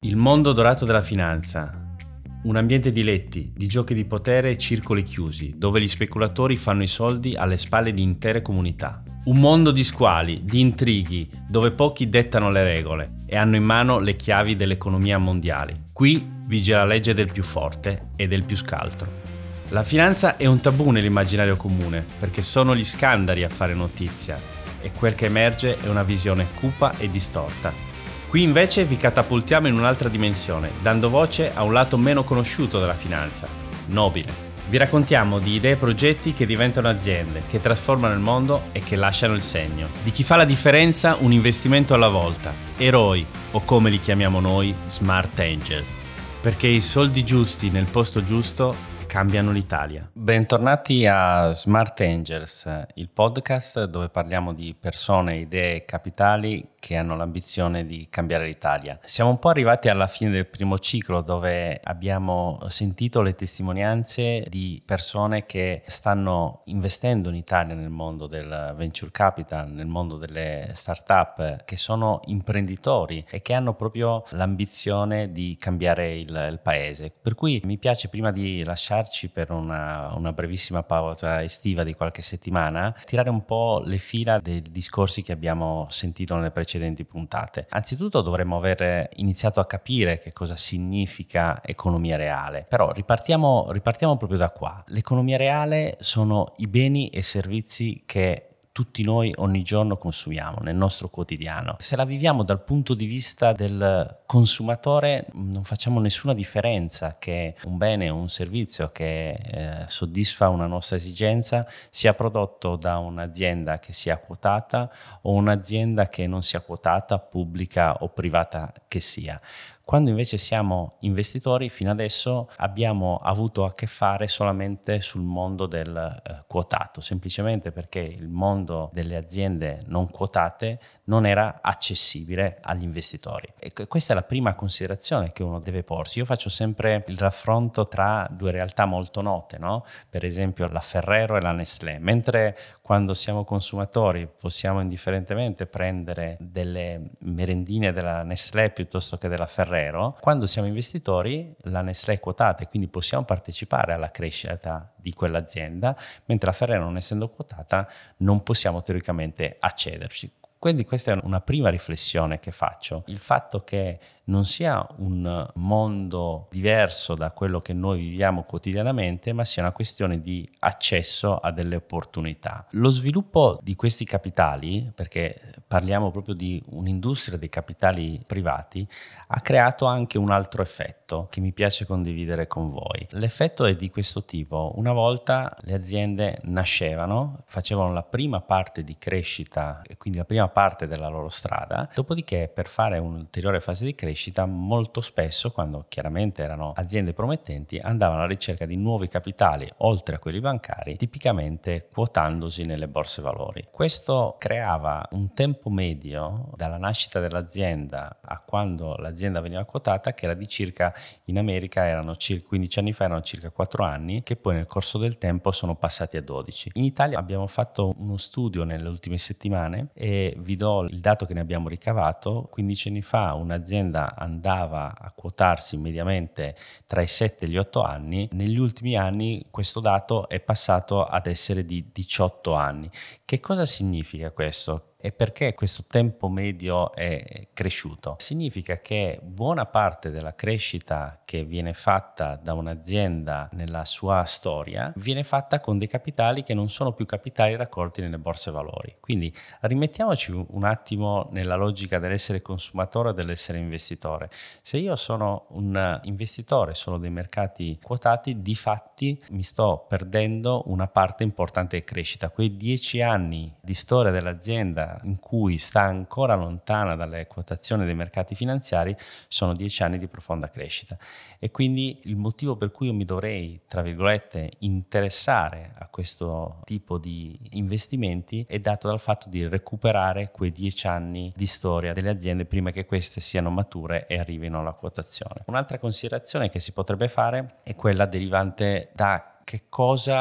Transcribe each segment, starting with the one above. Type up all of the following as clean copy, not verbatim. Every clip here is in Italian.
Il mondo dorato della finanza. Un ambiente di letti, di giochi di potere e circoli chiusi, dove gli speculatori fanno i soldi alle spalle di intere comunità. Un mondo di squali, di intrighi, dove pochi dettano le regole e hanno in mano le chiavi dell'economia mondiale. Qui vige la legge del più forte e del più scaltro. La finanza è un tabù nell'immaginario comune, perché sono gli scandali a fare notizia, e quel che emerge è una visione cupa e distorta. Qui invece vi catapultiamo in un'altra dimensione, dando voce a un lato meno conosciuto della finanza, nobile. Vi raccontiamo di idee e progetti che diventano aziende, che trasformano il mondo e che lasciano il segno. Di chi fa la differenza un investimento alla volta, eroi o come li chiamiamo noi, smart angels. Perché i soldi giusti nel posto giusto cambiano l'Italia. Bentornati a Smart Angels, il podcast dove parliamo di persone, idee e capitali che hanno l'ambizione di cambiare l'Italia. Siamo un po' arrivati alla fine del primo ciclo, dove abbiamo sentito le testimonianze di persone che stanno investendo in Italia nel mondo del venture capital, nel mondo delle start-up, che sono imprenditori e che hanno proprio l'ambizione di cambiare il paese. Per cui mi piace, prima di lasciarci per una brevissima pausa estiva di qualche settimana, tirare un po' le fila dei discorsi che abbiamo sentito nelle precedenti puntate. Anzitutto dovremmo aver iniziato a capire che cosa significa economia reale, però ripartiamo proprio da qua. L'economia reale sono i beni e servizi che tutti noi ogni giorno consumiamo nel nostro quotidiano. Se la viviamo dal punto di vista del consumatore, non facciamo nessuna differenza che un bene o un servizio che soddisfa una nostra esigenza sia prodotto da un'azienda che sia quotata o un'azienda che non sia quotata, pubblica o privata che sia. Quando invece siamo investitori, fino adesso abbiamo avuto a che fare solamente sul mondo del quotato, semplicemente perché il mondo delle aziende non quotate non era accessibile agli investitori. E questa è la prima considerazione che uno deve porsi. Io faccio sempre il raffronto tra due realtà molto note, no? Per esempio la Ferrero e la Nestlé. Mentre quando siamo consumatori possiamo indifferentemente prendere delle merendine della Nestlé piuttosto che della Ferrero, quando siamo investitori la Nestlé è quotata e quindi possiamo partecipare alla crescita di quell'azienda, mentre la Ferrero, non essendo quotata, non possiamo teoricamente accederci. Quindi questa è una prima riflessione che faccio, il fatto che non sia un mondo diverso da quello che noi viviamo quotidianamente, ma sia una questione di accesso a delle opportunità. Lo sviluppo di questi capitali, perché parliamo proprio di un'industria dei capitali privati, ha creato anche un altro effetto che mi piace condividere con voi. L'effetto è di questo tipo: una volta le aziende nascevano, facevano la prima parte di crescita e quindi la prima parte della loro strada, dopodiché per fare un'ulteriore fase di crescita molto spesso, quando chiaramente erano aziende promettenti, andavano alla ricerca di nuovi capitali oltre a quelli bancari, tipicamente quotandosi nelle borse valori. Questo creava un tempo medio dalla nascita dell'azienda a quando l'azienda veniva quotata che era di circa, in America erano circa 15 anni fa, erano circa 4 anni, che poi nel corso del tempo sono passati a 12. In Italia abbiamo fatto uno studio nelle ultime settimane e vi do il dato che ne abbiamo ricavato. 15 anni fa un'azienda andava a quotarsi mediamente tra i 7 e gli 8 anni, negli ultimi anni questo dato è passato ad essere di 18 anni. Che cosa significa questo? E perché questo tempo medio è cresciuto? Significa che buona parte della crescita che viene fatta da un'azienda nella sua storia viene fatta con dei capitali che non sono più capitali raccolti nelle borse valori. Quindi rimettiamoci un attimo nella logica dell'essere consumatore o dell'essere investitore. Se io sono un investitore, sono dei mercati quotati, di fatti mi sto perdendo una parte importante di crescita. Quei 10 anni di storia dell'azienda in cui sta ancora lontana dalle quotazioni dei mercati finanziari sono 10 anni di profonda crescita, e quindi il motivo per cui io mi dovrei, tra virgolette, interessare a questo tipo di investimenti è dato dal fatto di recuperare quei 10 anni di storia delle aziende prima che queste siano mature e arrivino alla quotazione. Un'altra considerazione che si potrebbe fare è quella derivante da che cosa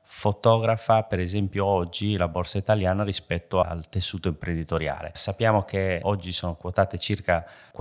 fotografa per esempio oggi la borsa italiana rispetto al tessuto imprenditoriale. Sappiamo che oggi sono quotate circa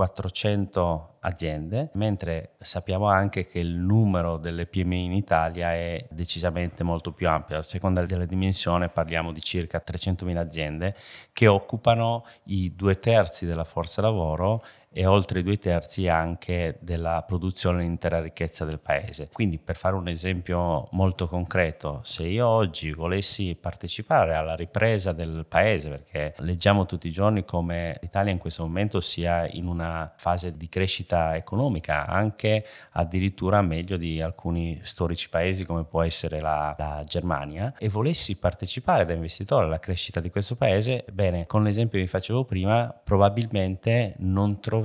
400 aziende, mentre sappiamo anche che il numero delle PMI in Italia è decisamente molto più ampio. A seconda della dimensione parliamo di circa 300.000 aziende che occupano i 2/3 della forza lavoro e oltre i 2/3 anche della produzione dell'intera ricchezza del paese. Quindi, per fare un esempio molto concreto, se io oggi volessi partecipare alla ripresa del paese, perché leggiamo tutti i giorni come l'Italia in questo momento sia in una fase di crescita economica, anche addirittura meglio di alcuni storici paesi come può essere la Germania, e volessi partecipare da investitore alla crescita di questo paese, bene, con l'esempio che vi facevo prima, probabilmente non troverei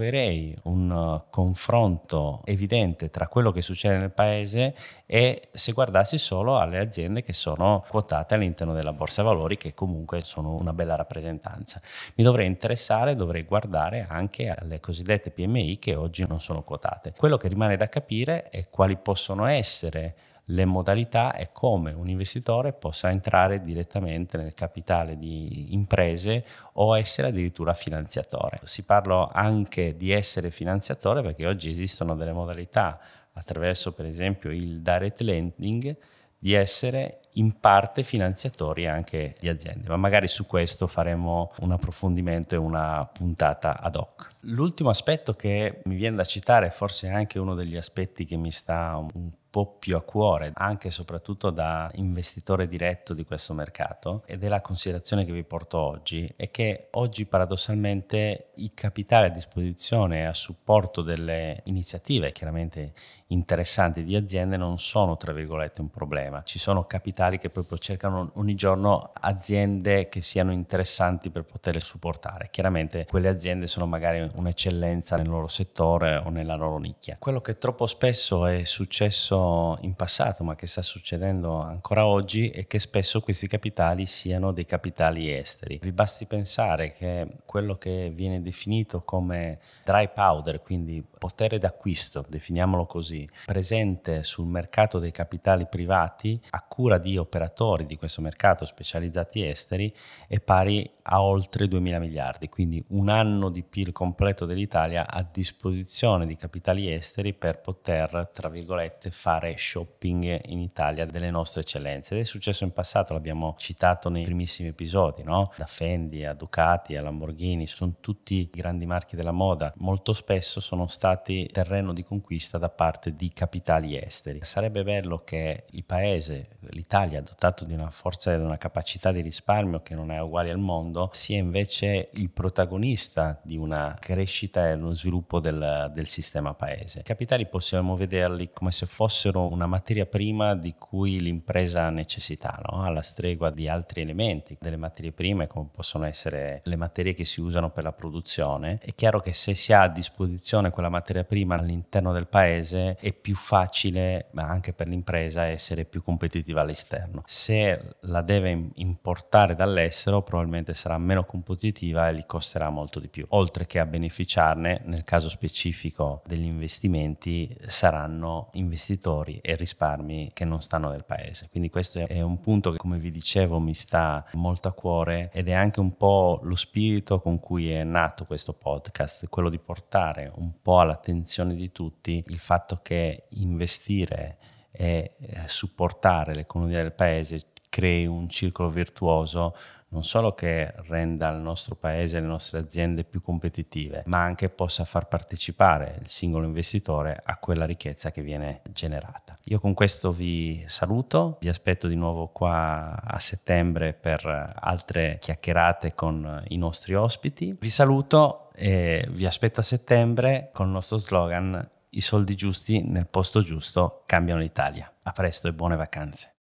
un confronto evidente tra quello che succede nel paese e se guardassi solo alle aziende che sono quotate all'interno della borsa valori, che comunque sono una bella rappresentanza. Mi dovrei interessare, dovrei guardare anche alle cosiddette PMI che oggi non sono quotate. Quello che rimane da capire è quali possono essere le modalità e come un investitore possa entrare direttamente nel capitale di imprese o essere addirittura finanziatore. Si parla anche di essere finanziatore perché oggi esistono delle modalità attraverso per esempio il direct lending di essere in parte finanziatori anche di aziende, ma magari su questo faremo un approfondimento e una puntata ad hoc. L'ultimo aspetto che mi viene da citare, forse anche uno degli aspetti che mi sta un po' più a cuore, anche e soprattutto da investitore diretto di questo mercato, ed è la considerazione che vi porto oggi, è che oggi paradossalmente i capitali a disposizione e a supporto delle iniziative chiaramente interessanti di aziende non sono, tra virgolette, un problema. Ci sono capitali che proprio cercano ogni giorno aziende che siano interessanti per poterle supportare. Chiaramente quelle aziende sono magari un'eccellenza nel loro settore o nella loro nicchia. Quello che troppo spesso è successo in passato, ma che sta succedendo ancora oggi, è che spesso questi capitali siano dei capitali esteri. Vi basti pensare che quello che viene definito come dry powder, quindi potere d'acquisto, definiamolo così, presente sul mercato dei capitali privati a cura di operatori di questo mercato specializzati esteri è pari a oltre 2.000 miliardi, quindi un anno di PIL completo dell'Italia a disposizione di capitali esteri per poter, tra virgolette, fare shopping in Italia delle nostre eccellenze. Ed è successo in passato, l'abbiamo citato nei primissimi episodi, no? Da Fendi a Ducati a Lamborghini, sono tutti grandi marchi della moda, molto spesso sono stati terreno di conquista da parte di capitali esteri. Sarebbe bello che il paese, l'Italia, dotato di una forza e di una capacità di risparmio che non è uguale al mondo, sia invece il protagonista di una crescita e uno sviluppo del sistema paese. I capitali possiamo vederli come se fossero una materia prima di cui l'impresa ha necessità, no? Alla stregua di altri elementi, delle materie prime come possono essere le materie che si usano per la produzione. È chiaro che se si ha a disposizione quella materia prima all'interno del paese è più facile, ma anche per l'impresa, essere più competitiva all'esterno. Se la deve importare dall'estero probabilmente sarà meno competitiva e gli costerà molto di più. Oltre che a beneficiarne, nel caso specifico degli investimenti, saranno investitori e risparmi che non stanno nel paese. Quindi questo è un punto che, come vi dicevo, mi sta molto a cuore ed è anche un po' lo spirito con cui è nato questo podcast, quello di portare un po' all'attenzione di tutti il fatto che investire e supportare l'economia del paese crei un circolo virtuoso non solo che renda il nostro paese e le nostre aziende più competitive, ma anche possa far partecipare il singolo investitore a quella ricchezza che viene generata. Io con questo vi saluto, vi aspetto di nuovo qua a settembre per altre chiacchierate con i nostri ospiti. Vi saluto e vi aspetto a settembre con il nostro slogan: i soldi giusti nel posto giusto cambiano l'Italia. A presto e buone vacanze.